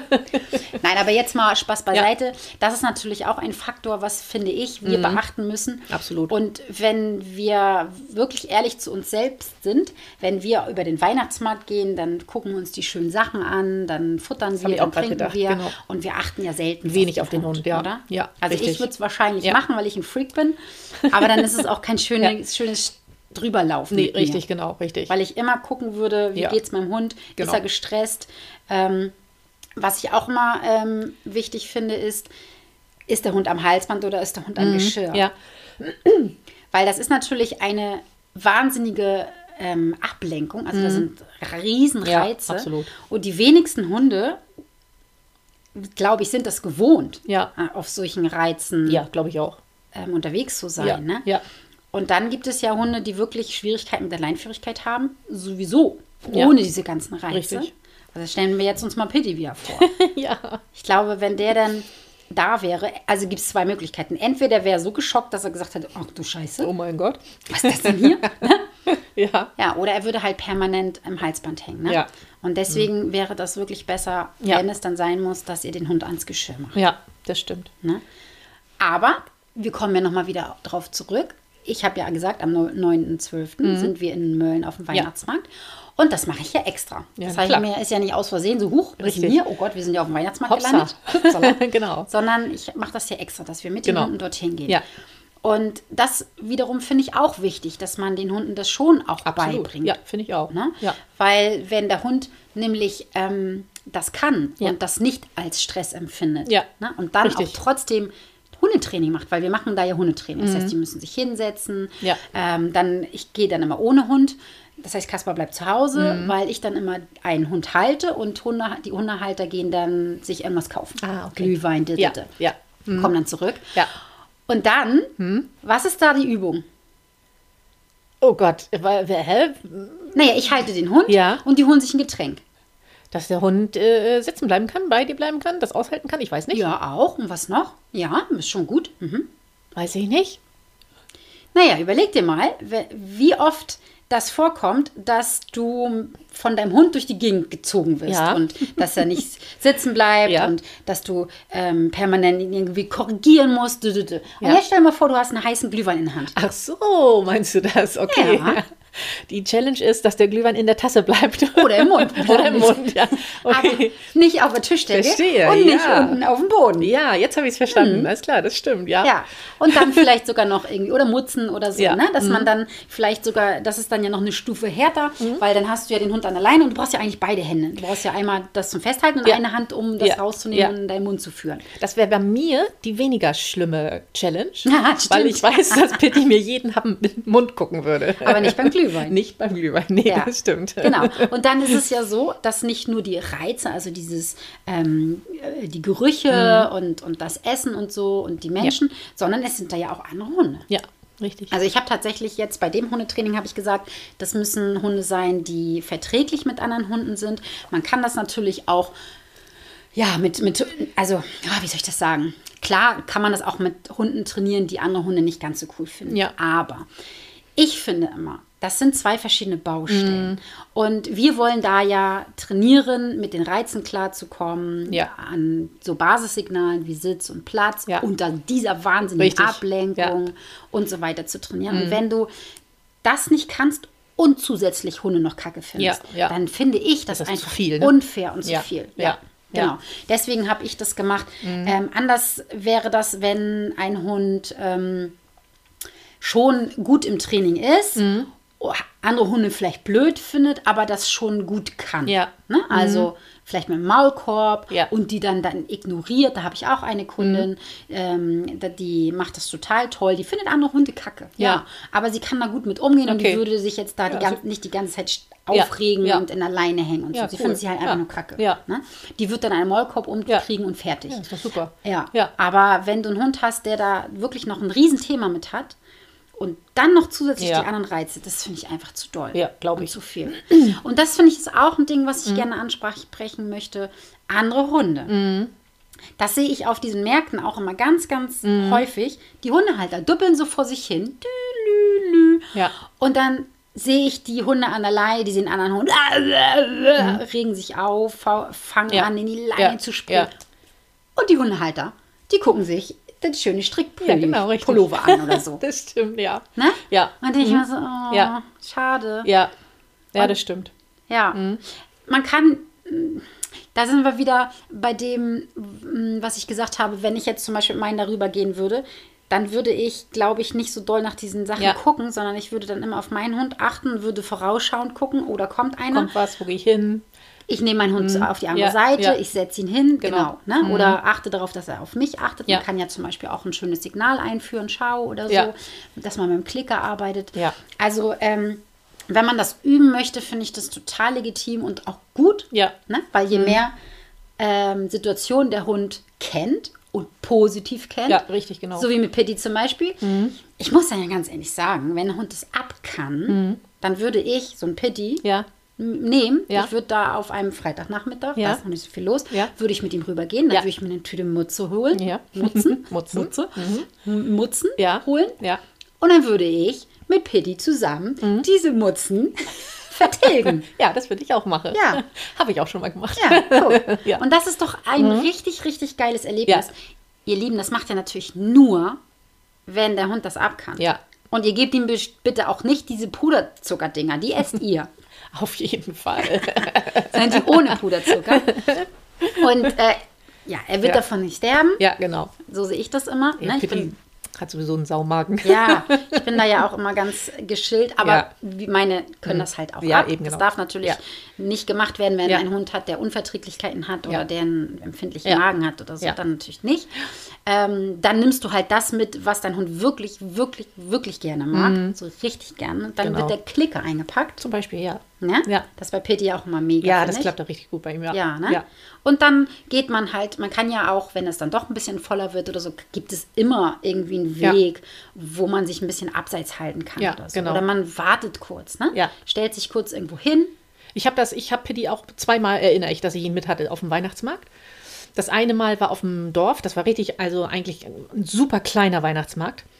Nein, aber jetzt mal Spaß beiseite. Das ist natürlich auch ein Faktor, was, finde ich, wir beachten müssen. Absolut. Und wenn wir wirklich ehrlich zu uns selbst sind, wenn wir über den Weihnachtsmarkt gehen, dann gucken wir uns die schönen Sachen an, dann futtern hab wir, ich auch dann grad trinken gedacht, wir. genau. Und wir achten ja selten Wenig auf den Hund, ja. oder? Ja, also richtig. ich würde es wahrscheinlich Ja. machen, weil ich ein Freak bin. Aber dann ist es auch kein schönes, schönes Drüberlaufen. Nee, mit mir. richtig, genau, richtig. Weil ich immer gucken würde, wie Ja. geht es meinem Hund? Genau. Ist er gestresst? Ähm, was ich auch immer ähm, wichtig finde, ist, ist der Hund am Halsband oder ist der Hund am Geschirr? Mhm. Ja, Weil das ist natürlich eine wahnsinnige ähm, Ablenkung. Also das sind Riesenreize. Ja, absolut. Und die wenigsten Hunde, glaube ich, sind das gewohnt, Ja. äh, auf solchen Reizen ja, glaube ich auch. ähm, unterwegs zu sein. Ja, Ne? ja. Und dann gibt es ja Hunde, die wirklich Schwierigkeiten mit der Leinführigkeit haben, sowieso, Ja. ohne diese ganzen Reize. Richtig. Also stellen wir jetzt uns mal Pitti wieder vor. Ja. Ich glaube, wenn der dann da wäre, also gibt es zwei Möglichkeiten. Entweder wäre er so geschockt, dass er gesagt hätte, ach du Scheiße, Oh mein Gott. was ist das denn hier? Ja. Ja, oder er würde halt permanent im Halsband hängen. Ne? Ja. Und deswegen wäre das wirklich besser, Ja. wenn es dann sein muss, dass ihr den Hund ans Geschirr macht. Ja, das stimmt. Ne? Aber wir kommen ja nochmal wieder drauf zurück. Ich habe ja gesagt, am neunten zwölften sind wir in Mölln auf dem Weihnachtsmarkt. Und das mache ich ja extra. Ja, das heißt, klar. mir ist ja nicht aus Versehen so, huch, was ist denn Richtig. hier? Oh Gott, wir sind ja auf dem Weihnachtsmarkt Hopsa. gelandet. Hupsala. Genau. Sondern ich mache das ja extra, dass wir mit Genau. den Hunden dorthin gehen. Ja. Und das wiederum finde ich auch wichtig, dass man den Hunden das schon auch Absolut. beibringt. Ja, finde ich auch. Ne? Ja. Weil wenn der Hund nämlich ähm, das kann Ja. und das nicht als Stress empfindet Ja. ne? und dann Richtig. auch trotzdem Hundetraining macht, weil wir machen da ja Hundetraining. Das heißt, die müssen sich hinsetzen. Mhm. Ja. Ähm, dann, ich gehe dann immer ohne Hund. Das heißt, Kaspar bleibt zu Hause, Mhm. weil ich dann immer einen Hund halte und Hunde, die Hundehalter gehen dann sich irgendwas kaufen. Ah, okay. Glühwein, Ja, ditte. ja. Kommen dann zurück. Ja. Und dann, Mhm. was ist da die Übung? Oh Gott. Weil- wer- Hä? Naja, ich halte den Hund Ja. und die holen sich ein Getränk. Dass der Hund äh, sitzen bleiben kann, bei dir bleiben kann, das aushalten kann, ich weiß nicht. Ja, auch. Und was noch? Ja, ist schon gut. Mhm. Weiß ich nicht. Naja, überleg dir mal, we- wie oft das vorkommt, dass du von deinem Hund durch die Gegend gezogen wirst Ja. und dass er nicht sitzen bleibt Ja. und dass du ähm, permanent ihn irgendwie korrigieren musst. Und Ja. jetzt stell dir mal vor, du hast einen heißen Glühwein in der Hand. Ach so, meinst du das? Okay. Ja. Die Challenge ist, dass der Glühwein in der Tasse bleibt. Oder im Mund. Oder im Mund, ja. Aber Okay. nicht auf der Tischdecke Verstehe, und nicht ja. unten auf dem Boden. Ja, jetzt habe ich es verstanden. Alles klar, das stimmt, ja. Ja, und dann vielleicht sogar noch irgendwie, oder Mutzen oder so, Ja. ne? Dass man dann vielleicht sogar, das ist dann ja noch eine Stufe härter, weil dann hast du ja den Hund an der Leine und du brauchst ja eigentlich beide Hände. Du brauchst ja einmal das zum Festhalten und Ja. eine Hand, um das Ja. rauszunehmen Ja. und in deinen Mund zu führen. Das wäre bei mir die weniger schlimme Challenge, Ja, stimmt. weil ich weiß, dass Pitti mir jeden Happen mit dem Mund gucken würde. Aber nicht beim Glühwein. Nicht beim Glühwein, nee, Ja, das stimmt. Genau. Und dann ist es ja so, dass nicht nur die Reize, also dieses, ähm, äh, die Gerüche Mhm. und, und das Essen und so und die Menschen, sondern es sind da ja auch andere Hunde. Ja, richtig. Also ich habe tatsächlich jetzt bei dem Hundetraining habe ich gesagt, das müssen Hunde sein, die verträglich mit anderen Hunden sind. Man kann das natürlich auch, ja, mit, mit also, ja, wie soll ich das sagen? Klar kann man das auch mit Hunden trainieren, die andere Hunde nicht ganz so cool finden. Ja. Aber ich finde immer, das sind zwei verschiedene Baustellen. Mhm. Und wir wollen da ja trainieren, mit den Reizen klarzukommen, Ja. an so Basissignalen wie Sitz und Platz, Ja. unter dieser wahnsinnigen Richtig. Ablenkung und so weiter zu trainieren. Und wenn du das nicht kannst und zusätzlich Hunde noch kacke findest, Ja, ja. dann finde ich das, Das ist zu einfach viel, ne? unfair und zu Ja, viel. ja, Genau. ja. Deswegen habe ich das gemacht. Ähm, anders wäre das, wenn ein Hund ähm, schon gut im Training ist, Mhm. andere Hunde vielleicht blöd findet, aber das schon gut kann. Ja. Ne? Also vielleicht mit dem Maulkorb Ja. und die dann, dann ignoriert. Da habe ich auch eine Kundin, ähm, da- die macht das total toll. Die findet andere Hunde kacke. Ja. Ja. Aber sie kann da gut mit umgehen und die Okay. würde sich jetzt da die Ja, gan- also- nicht die ganze Zeit st- Ja, aufregen ja. und in der Leine hängen und Ja, so. Sie cool. findet sie halt einfach Ja. nur kacke. Ja. Ne? Die wird dann einen Maulkorb umkriegen Ja. und fertig. Ja, ist doch super. Ja. Ja. aber wenn du einen Hund hast, der da wirklich noch ein Riesenthema mit hat und dann noch zusätzlich Ja. die anderen Reize, das finde ich einfach zu doll. Ja, glaub und ich. zu viel. Und das finde ich ist auch ein Ding, was ich gerne ansprechen möchte. Andere Hunde. Mhm. Das sehe ich auf diesen Märkten auch immer ganz, ganz Mhm. häufig. Die Hundehalter duppeln so vor sich hin. Dü, lü, lü. Ja. Und dann sehe ich die Hunde an der Leine, die sehen anderen Hund, regen sich auf, fa- fangen Mhm. Ja. an, in die Leine Ja. zu springen. Ja. Und die Hundehalter, die gucken sich das schöne Strickpulli Ja, genau, richtig. Pullover an oder so. Das stimmt, ja. Ne? Ja. Und dann denke ich mir so, oh, Ja. schade. Ja, ja, Und- das stimmt. Ja, man kann, da sind wir wieder bei dem, m, was ich gesagt habe, wenn ich jetzt zum Beispiel mit meinen darüber gehen würde, dann würde ich, glaube ich, nicht so doll nach diesen Sachen Ja. gucken, sondern ich würde dann immer auf meinen Hund achten, würde vorausschauend gucken, oder kommt einer. Kommt was, wo gehe ich hin? Ich nehme meinen Hund auf die andere Ja, Seite, ja. ich setze ihn hin, genau. Genau. ne? Oder achte darauf, dass er auf mich achtet. Ja. Man kann ja zum Beispiel auch ein schönes Signal einführen, schau oder so, Ja. dass man mit dem Klicker arbeitet. Ja. Also, ähm, wenn man das üben möchte, finde ich das total legitim und auch gut. Ja. Ne? Weil je mehr ähm, Situationen der Hund kennt und positiv kennt, Ja, richtig, genau. so wie mit Pitti zum Beispiel. Ich muss dann ja ganz ehrlich sagen, wenn ein Hund das ab kann, dann würde ich so ein Pitti Ja. m- nehmen. Ja. Ich würde da auf einem Freitagnachmittag, Ja. da ist noch nicht so viel los, Ja. würde ich mit ihm rübergehen. Dann Ja. würde ich mir eine Tüte Mutze holen. Ja. Mutzen. Mutzen. Mutze. M- Mutzen Ja. holen. Ja. Und dann würde ich mit Pitti zusammen diese Mutzen vertilgen. Ja, das würde ich auch machen. Ja. Habe ich auch schon mal gemacht. Ja, guck. Ja. Und das ist doch ein richtig, richtig geiles Erlebnis. Ja. Ihr Lieben, das macht ihr natürlich nur, wenn der Hund das ab kann. Ja. Und ihr gebt ihm bes- bitte auch nicht diese Puderzuckerdinger, die esst ihr. Auf jeden Fall. Sondern die ohne Puderzucker. Und äh, ja, er wird Ja. davon nicht sterben. Ja, genau. So sehe ich das immer. Ja, ne? Ich Pitti bin, hat sowieso einen Saumagen. ja, ich bin da ja auch immer ganz geschillt, aber Ja. wie meine können das halt auch Ja, ab. eben Das genau. darf natürlich Ja. nicht gemacht werden, wenn Ja. ein Hund hat, der Unverträglichkeiten hat oder Ja. der einen empfindlichen Ja. Magen hat oder so, Ja. dann natürlich nicht. Ähm, dann nimmst du halt das mit, was dein Hund wirklich, wirklich, wirklich gerne mag. So richtig gerne. Dann Genau. wird der Klicker eingepackt. Zum Beispiel, ja. Ne? Ja. Das ist bei Pitti auch immer mega. Ja, finde das ich. klappt auch richtig gut bei ihm. Ja, Ja, ne? Ja. Und dann geht man halt, man kann ja auch, wenn es dann doch ein bisschen voller wird oder so, gibt es immer irgendwie einen Ja. Weg, wo man sich ein bisschen abseits halten kann Ja, oder so. genau. Oder man wartet kurz, ne? Ja. Stellt sich kurz irgendwo hin. Ich habe das, ich habe Pitti auch zweimal, erinnere ich, dass ich ihn mit hatte auf dem Weihnachtsmarkt. Das eine Mal war auf dem Dorf, das war richtig, also eigentlich ein super kleiner Weihnachtsmarkt.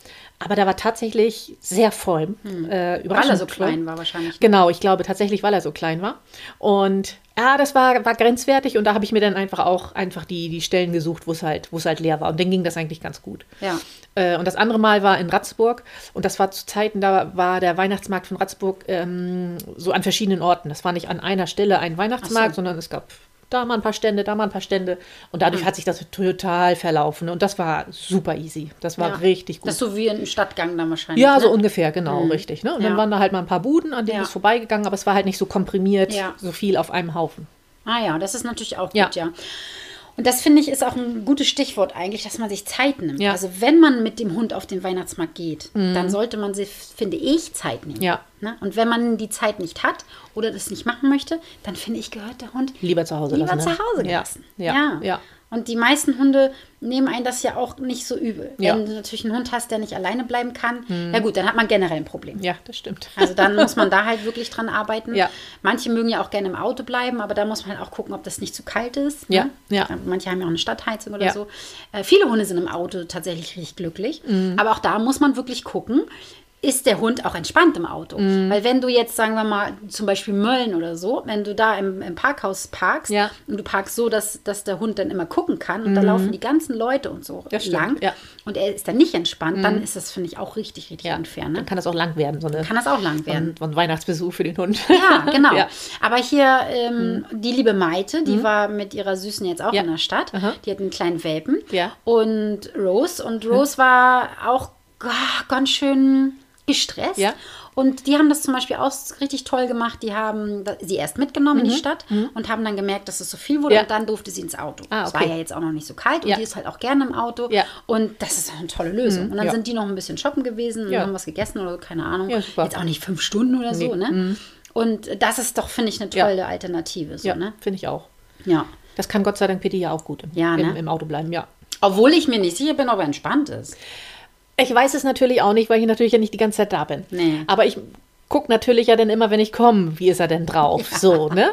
Aber da war tatsächlich sehr voll. Hm. Äh, weil er so klein war wahrscheinlich. Genau, ich glaube tatsächlich, weil er so klein war. Und ja, das war, war grenzwertig und da habe ich mir dann einfach auch einfach die, die Stellen gesucht, wo es halt, wo es halt leer war. Und dann ging das eigentlich ganz gut. Ja. Äh, und das andere Mal war in Ratzburg und das war zu Zeiten, da war der Weihnachtsmarkt von Ratzburg ähm, so an verschiedenen Orten. Das war nicht an einer Stelle ein Weihnachtsmarkt, so. sondern es gab da mal ein paar Stände, da mal ein paar Stände. Und dadurch mhm. hat sich das total verlaufen. Und das war super easy. Das war ja. richtig gut. Das ist so wie ein Stadtgang dann wahrscheinlich. Ja, ne? so ungefähr, genau, mhm. richtig. Ne? Und ja. dann waren da halt mal ein paar Buden, an denen ja. ist vorbeigegangen, aber es war halt nicht so komprimiert, ja. so viel auf einem Haufen. Ah ja, das ist natürlich auch ja. gut, ja. Und das, finde ich, ist auch ein gutes Stichwort eigentlich, dass man sich Zeit nimmt. Ja. Also wenn man mit dem Hund auf den Weihnachtsmarkt geht, mhm. dann sollte man sich, finde ich, Zeit nehmen. Ja. Ne? Und wenn man die Zeit nicht hat oder das nicht machen möchte, dann finde ich, gehört der Hund lieber zu Hause lieber lassen. Lieber zu Hause gelassen. Ja. Ja. Ja. ja. Und die meisten Hunde nehmen einen das ja auch nicht so übel. Ja. Wenn du natürlich einen Hund hast, der nicht alleine bleiben kann, mhm. ja gut, dann hat man generell ein Problem. Ja, das stimmt. Also dann muss man da halt wirklich dran arbeiten. Ja. Manche mögen ja auch gerne im Auto bleiben, aber da muss man halt auch gucken, ob das nicht zu kalt ist. Ja. Ne? Ja. Manche haben ja auch eine Stadtheizung oder ja. so. Äh, viele Hunde sind im Auto tatsächlich richtig glücklich. Mhm. Aber auch da muss man wirklich gucken, ist der Hund auch entspannt im Auto. Mhm. Weil wenn du jetzt, sagen wir mal, zum Beispiel Mölln oder so, wenn du da im, im Parkhaus parkst ja. und du parkst so, dass, dass der Hund dann immer gucken kann und mhm. da laufen die ganzen Leute und so das lang ja. und er ist dann nicht entspannt, mhm. dann ist das, finde ich, auch richtig, richtig ja. unfair. Ne? Dann kann das auch lang werden. So eine, kann das auch lang werden. So ein Weihnachtsbesuch für den Hund. Ja, genau. ja. Aber hier ähm, mhm. die liebe Maite, die mhm. war mit ihrer Süßen jetzt auch ja. in der Stadt. Aha. Die hat einen kleinen Welpen. Ja. Und Rose. Und Rose mhm. war auch oh, ganz schön gestresst. Ja. Und die haben das zum Beispiel auch richtig toll gemacht. Die haben sie erst mitgenommen mhm. in die Stadt mhm. und haben dann gemerkt, dass es so viel wurde. Ja. Und dann durfte sie ins Auto. Ah, okay. Es war ja jetzt auch noch nicht so kalt und ja. die ist halt auch gerne im Auto. Ja. Und das ist eine tolle Lösung. mhm. Und dann ja. sind die noch ein bisschen shoppen gewesen und ja. haben was gegessen oder so, keine Ahnung. Ja, super. Jetzt auch nicht fünf Stunden oder nee. so, ne? Mhm. Und das ist doch, finde ich, eine tolle ja. Alternative. So, ja, ne? finde ich auch. Ja. Das kann Gott sei Dank Pitti ja auch gut im, ja, ne? im, im Auto bleiben, ja. Obwohl ich mir nicht sicher bin, ob er entspannt ist. Ich weiß es natürlich auch nicht, weil ich natürlich ja nicht die ganze Zeit da bin. Nee. Aber ich gucke natürlich ja dann immer, wenn ich komme, wie ist er denn drauf, ja. so, ne?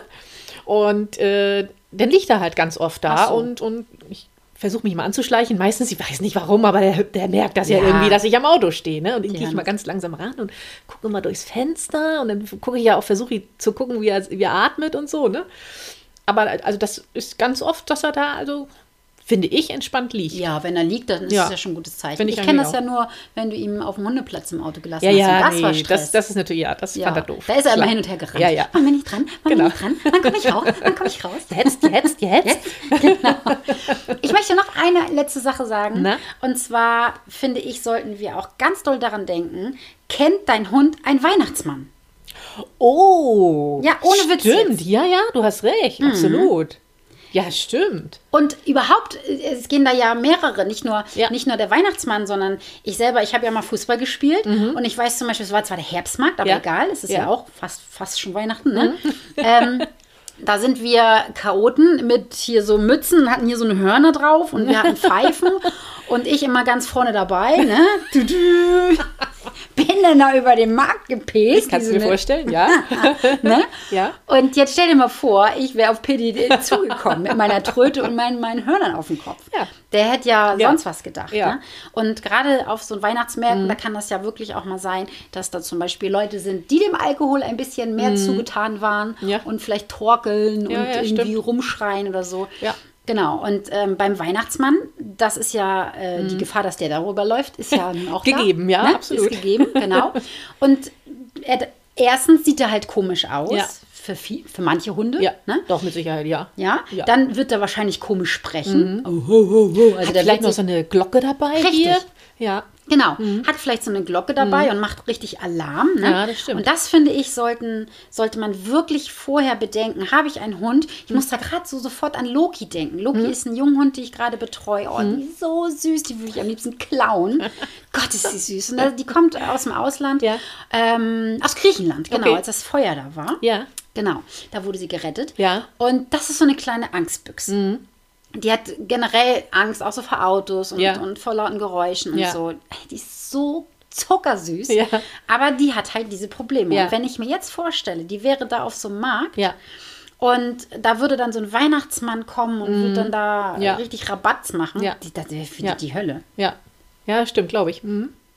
Und äh, dann liegt er halt ganz oft da so. und, und ich versuche mich mal anzuschleichen. Meistens, ich weiß nicht warum, aber der, der merkt das ja. ja irgendwie, dass ich am Auto stehe, ne? Und dann ja. gehe ich mal ganz langsam ran und gucke mal durchs Fenster und dann gucke ich ja auch, versuche ich zu gucken, wie er, wie er atmet und so, ne? Aber also das ist ganz oft, dass er da also finde ich, entspannt liegt. Ja, wenn er liegt, dann ist ja. das ja schon ein gutes Zeichen. Ich, ich kenne das auch. ja nur, wenn du ihn auf dem Hundeplatz im Auto gelassen ja, hast. Ja, und das nee, war Stress. Das, das ist natürlich, ja, das ja. fand er doof. Da ist er Klar. immer hin und her gerannt. Ja, ja. Wann bin ich dran? Wann genau. bin ich dran? Wann komme ich raus? Wann komme ich raus? Jetzt, jetzt, jetzt. jetzt? Genau. Ich möchte noch eine letzte Sache sagen. Na? Und zwar, finde ich, sollten wir auch ganz doll daran denken, kennt dein Hund einen Weihnachtsmann? Oh. Ja, ohne Witz Stimmt, jetzt. ja, ja, du hast recht, mhm. absolut. Ja, stimmt. Und überhaupt, es gehen da ja mehrere, nicht nur, ja. nicht nur der Weihnachtsmann, sondern ich selber, ich habe ja mal Fußball gespielt mhm. und ich weiß zum Beispiel, es war zwar der Herbstmarkt, aber ja. egal, es ist ja, ja auch fast, fast schon Weihnachten, ne? Mhm. Ähm, da sind wir Chaoten mit hier so Mützen, hatten hier so eine Hörner drauf und wir hatten Pfeifen und ich immer ganz vorne dabei, ne? Du, du. Bin dann da über den Markt gepäst. Das kannst du dir vorstellen, ja. ne? ja. Und jetzt stell dir mal vor, ich wäre auf Pitti zugekommen mit meiner Tröte und meinen, meinen Hörnern auf dem Kopf. Ja. Der hätte ja, ja. sonst was gedacht. Ja. Ne? Und gerade auf so Weihnachtsmärkten, mhm. da kann das ja wirklich auch mal sein, dass da zum Beispiel Leute sind, die dem Alkohol ein bisschen mehr mhm. zugetan waren ja. und vielleicht torkeln ja, und ja, irgendwie stimmt. rumschreien oder so. Ja. Genau, und ähm, beim Weihnachtsmann, das ist ja äh, die Gefahr, dass der darüber läuft, ist ja auch gegeben, da, ja, ne? absolut. Ist gegeben, genau. Und er, erstens sieht er halt komisch aus, ja. für, viel, für manche Hunde. Ja, ne? doch, mit Sicherheit, ja. ja. Ja, dann wird er wahrscheinlich komisch sprechen. Mhm. Oh, ho, ho, ho. Also Hat der vielleicht noch so eine Glocke dabei Richtig. hier. Ja. Genau, mhm. hat vielleicht so eine Glocke dabei mhm. und macht richtig Alarm. Ne? Ja, das stimmt. Und das, finde ich, sollten, sollte man wirklich vorher bedenken. Habe ich einen Hund? Ich mhm. muss da gerade so sofort an Loki denken. Loki mhm. ist ein Junghund, die ich gerade betreue. Oh, mhm. die ist so süß, die würde ich am liebsten klauen. Gott, ist die süß. Und die kommt aus dem Ausland, ja. ähm, aus Griechenland, genau, okay. als das Feuer da war. Ja. Genau, da wurde sie gerettet. Ja. Und das ist so eine kleine Angstbüchse. Mhm. Die hat generell Angst, auch so vor Autos und, ja. und vor lauten Geräuschen und ja. so. Die ist so zuckersüß, ja. aber die hat halt diese Probleme. Ja. Und wenn ich mir jetzt vorstelle, die wäre da auf so einem Markt ja. und da würde dann so ein Weihnachtsmann kommen und mm. würde dann da ja. richtig Rabatz machen, ja. die, das wäre für ja. die die Hölle. Ja, ja, stimmt, glaube ich. Mhm.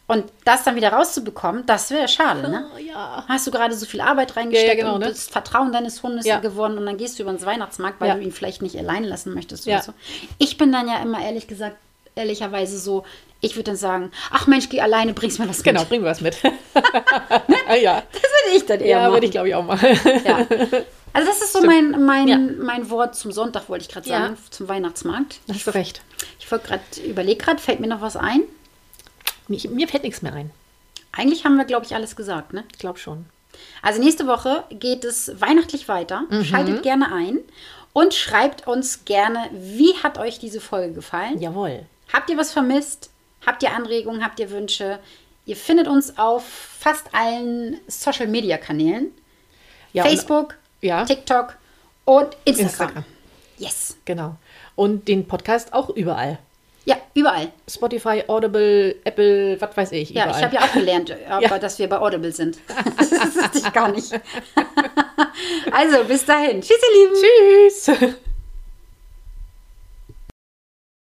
Und das dann wieder rauszubekommen, das wäre schade, ne? Oh, ja. Hast du gerade so viel Arbeit reingesteckt ja, ja, genau, und ne? das Vertrauen deines Hundes ja. gewonnen und dann gehst du über den Weihnachtsmarkt, weil ja. du ihn vielleicht nicht alleine lassen möchtest ja. oder so. Ich bin dann ja immer ehrlich gesagt, ehrlicherweise so, ich würde dann sagen, ach Mensch, geh alleine, bringst mir was mit. Genau, bring mir was mit. ja. Das würde ich dann eher Ja, machen. würde ich glaube ich auch mal. ja. Also das ist so Stimmt. mein, mein, ja. mein Wort zum Sonntag, wollte ich gerade sagen, ja. zum Weihnachtsmarkt. Hast du recht. Ich wollte gerade, überlege gerade, fällt mir noch was ein? Mir, mir fällt nichts mehr ein. Eigentlich haben wir, glaube ich, alles gesagt, ne? Ich glaube schon. Also nächste Woche geht es weihnachtlich weiter. Mhm. Schaltet gerne ein und schreibt uns gerne, wie hat euch diese Folge gefallen? Jawohl. Habt ihr was vermisst? Habt ihr Anregungen? Habt ihr Wünsche? Ihr findet uns auf fast allen Social-Media-Kanälen. Ja, Facebook, ja. TikTok und Instagram. Instagram. Yes. Genau. Und den Podcast auch überall. Ja, überall. Spotify, Audible, Apple, was weiß ich, ja, überall. Ich habe ja auch gelernt, aber ja. dass wir bei Audible sind. Das wusste ich gar nicht. Also, bis dahin. Tschüss, ihr Lieben. Tschüss.